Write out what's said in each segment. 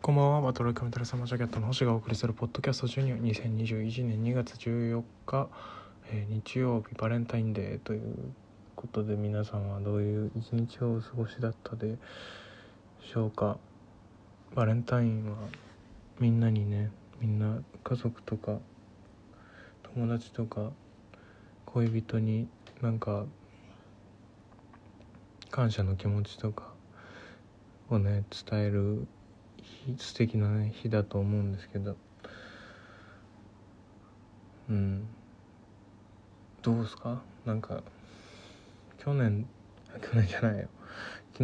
こんばんは。バトルカメタルサマージャケットの星がお送りするポッドキャストジュニア2021年2月14日、日曜日バレンタインデーということで、皆さんはどういう一日をお過ごしだったでしょうか。バレンタインはみんな家族とか友達とか恋人に感謝の気持ちとかを伝える素敵な日だと思うんですけど、どうですか？去年じゃないよ、昨日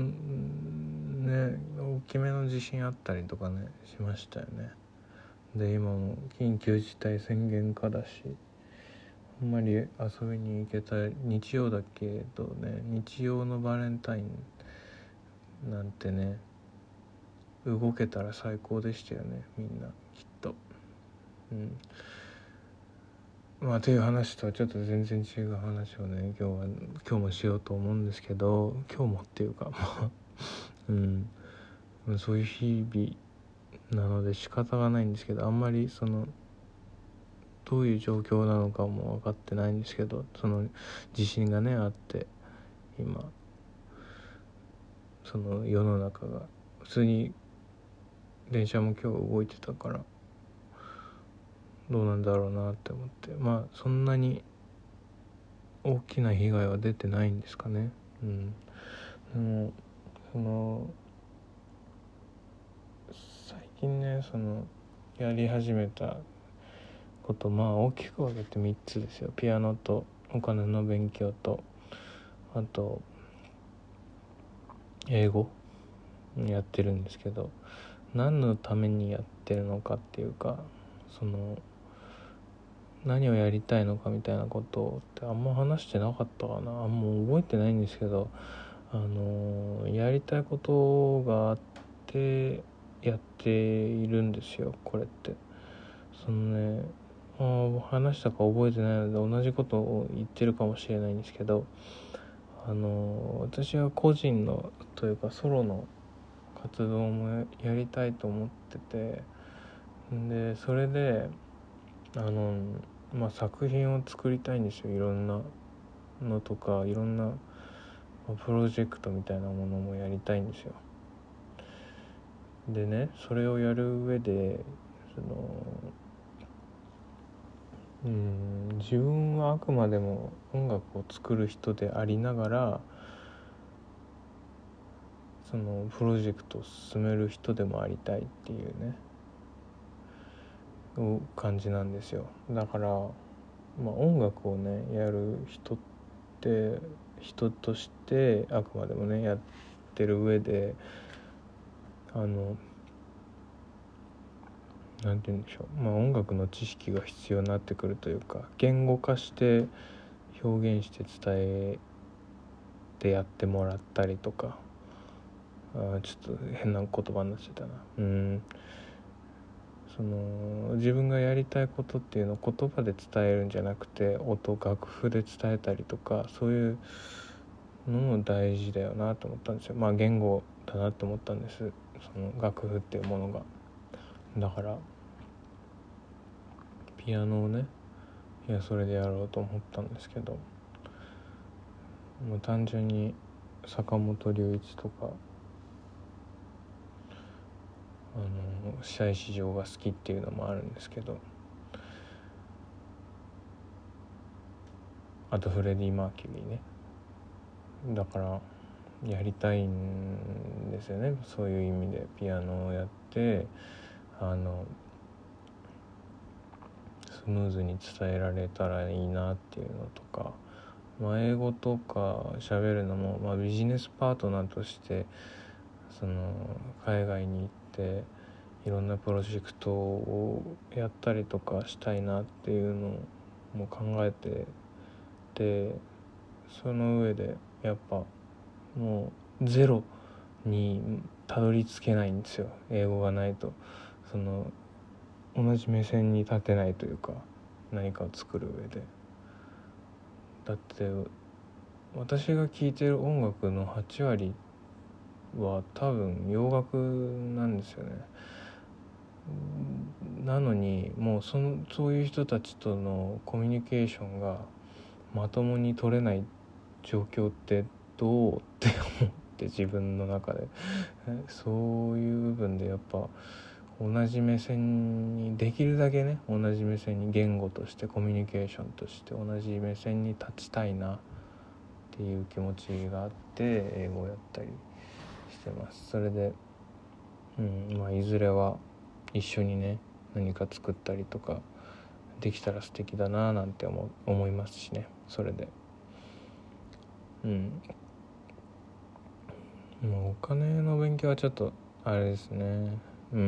大きめの地震あったりとかしましたよね。で、今も緊急事態宣言下だし、あんまり遊びに行けた日曜だけど日曜のバレンタインなんて動けたら最高でしたよね、みんなきっと。という話とはちょっと全然違う話を今日もしようと思うんですけど、今日もっていうかそういう日々なので仕方がないんですけど、あんまりどういう状況なのかも分かってないんですけど、その地震があって今世の中が普通に電車も今日動いてたからどうなんだろうなって思って、そんなに大きな被害は出てないんですかね。でも最近やり始めたこと大きく分けて3つですよ。ピアノとお金の勉強と、あと英語やってるんですけど、何のためにやってるのかっていうか、何をやりたいのかみたいなことってあんま話してなかったかな。もう覚えてないんですけど、やりたいことがあってやっているんですよ、これって。話したか覚えてないので同じことを言ってるかもしれないんですけど、私は個人のというかソロの活動もやりたいと思ってて、でそれで作品を作りたいんですよ。いろんなのとかいろんなプロジェクトみたいなものもやりたいんですよ。でそれをやる上で自分はあくまでも音楽を作る人でありながらプロジェクトを進める人でもありたいっていう感じなんですよ。だから音楽をやる人って人としてあくまでもやってる上でなんて言うんでしょう、音楽の知識が必要になってくるというか、言語化して表現して伝えてやってもらったりとか、ちょっと変な言葉になっちゃったな。自分がやりたいことっていうのを言葉で伝えるんじゃなくて、楽譜で伝えたりとか、そういうのも大事だよなと思ったんですよ。言語だなと思ったんです、楽譜っていうものが。だからピアノをそれでやろうと思ったんですけど、もう単純に坂本龍一とか白石城が好きっていうのもあるんですけど、あとフレディ・マーキュリーね。だからやりたいんですよね、そういう意味で。ピアノをやってスムーズに伝えられたらいいなっていうのとか、英語とか喋るのも、ビジネスパートナーとして海外に行っていろんなプロジェクトをやったりとかしたいなっていうのも考えてて、その上でやっぱもうゼロにたどり着けないんですよ、英語がないと。同じ目線に立てないというか、何かを作る上で。だって私が聴いてる音楽の8割は多分洋楽なんですよね。なのにもうそういう人たちとのコミュニケーションがまともに取れない状況ってどうって思って自分の中でそういう部分でやっぱ同じ目線にできるだけね同じ目線に言語としてコミュニケーションとして同じ目線に立ちたいなっていう気持ちがあって英語をやったりしてます。それで、いずれは一緒にね何か作ったりとかできたら素敵だななんて思いますしね。それでもうお金の勉強はちょっとあれですね。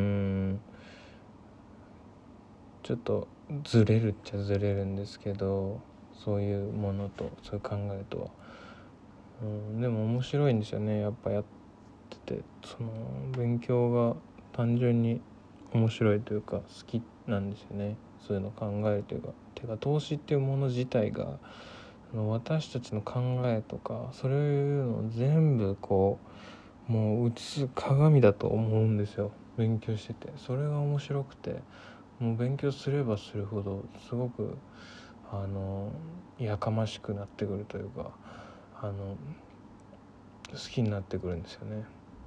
ちょっとずれるっちゃずれるんですけど、そういうものとそういう考えとは、でも面白いんですよね。やっぱやっててその勉強が単純に面白いというか好きなんですよね。そういうの考えるというか投資っていうもの自体が私たちの考えとかそういうのを全部こうもう映す鏡だと思うんですよ。勉強しててそれが面白くて、もう勉強すればするほどすごくやかましくなってくるというか好きになってくるんですよね。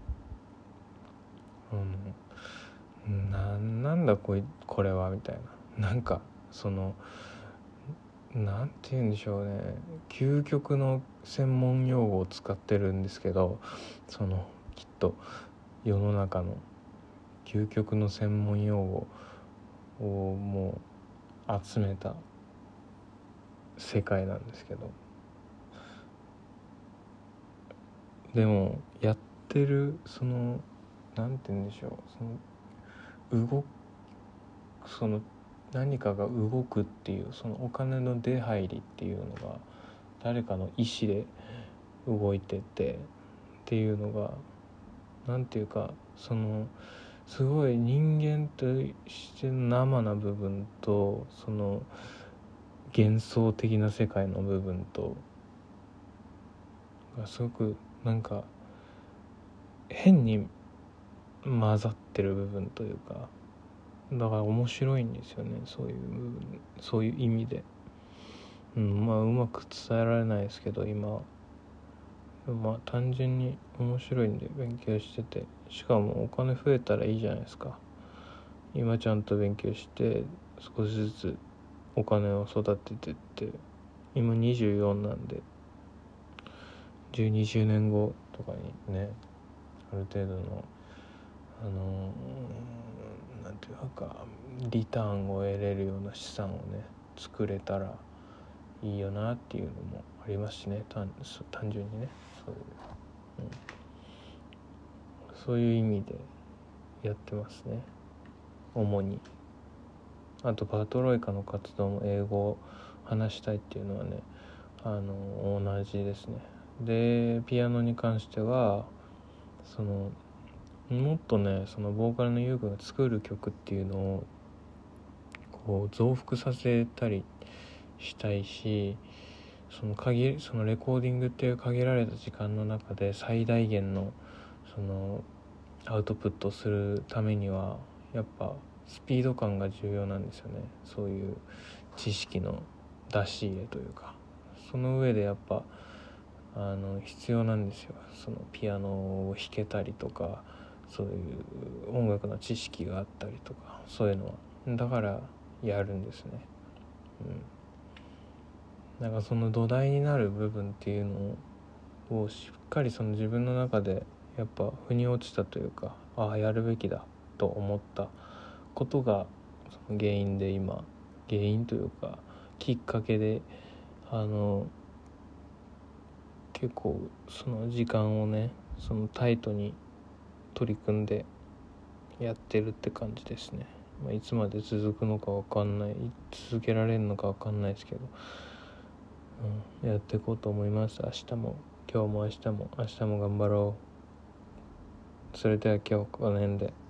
なんだこれはみたいな、なんかそのなんて言うんでしょうね、究極の専門用語を使ってるんですけど、そのきっと世の中の究極の専門用語をもう集めた世界なんですけど、でもやってるそのなんて言うんでしょう、その何かが動くっていうそのお金の出入りっていうのが誰かの意思で動いててっていうのがなんていうかそのすごい人間としての生な部分とその幻想的な世界の部分とがすごくなんか変に混ざってる部分というか、だから面白いんですよね、そういう部分、そういう意味で。うまく伝えられないですけど今単純に面白いんで勉強してて、しかもお金増えたらいいじゃないですか。今ちゃんと勉強して少しずつお金を育ててって、今24なんで10、20年後とかにねある程度のなんていうかリターンを得れるような資産をね作れたらいいよなっていうのもありますしね、単純にねそういう意味でやってますね、主に。あとパトロイカの活動も英語を話したいっていうのはね同じですね。でピアノに関してはそのもっとねそのボーカルのユウ君が作る曲っていうのをこう増幅させたりしたいし、そのレコーディングっていう限られた時間の中で最大限のそのアウトプットするためにはやっぱスピード感が重要なんですよね。そういう知識の出し入れというか、その上でやっぱ必要なんですよ。そのピアノを弾けたりとか、そういう音楽の知識があったりとか、そういうのはだからやるんですね。なんかその土台になる部分っていうのをしっかりその自分の中でやっぱ腑に落ちたというか、やるべきだと思ったことがその原因というかきっかけで結構その時間をねそのタイトに取り組んでやってるって感じですね。いつまで続くのか分かんない、続けられるのか分かんないですけど、やっていこうと思います。今日も明日も頑張ろう。それでは今日はこの辺で。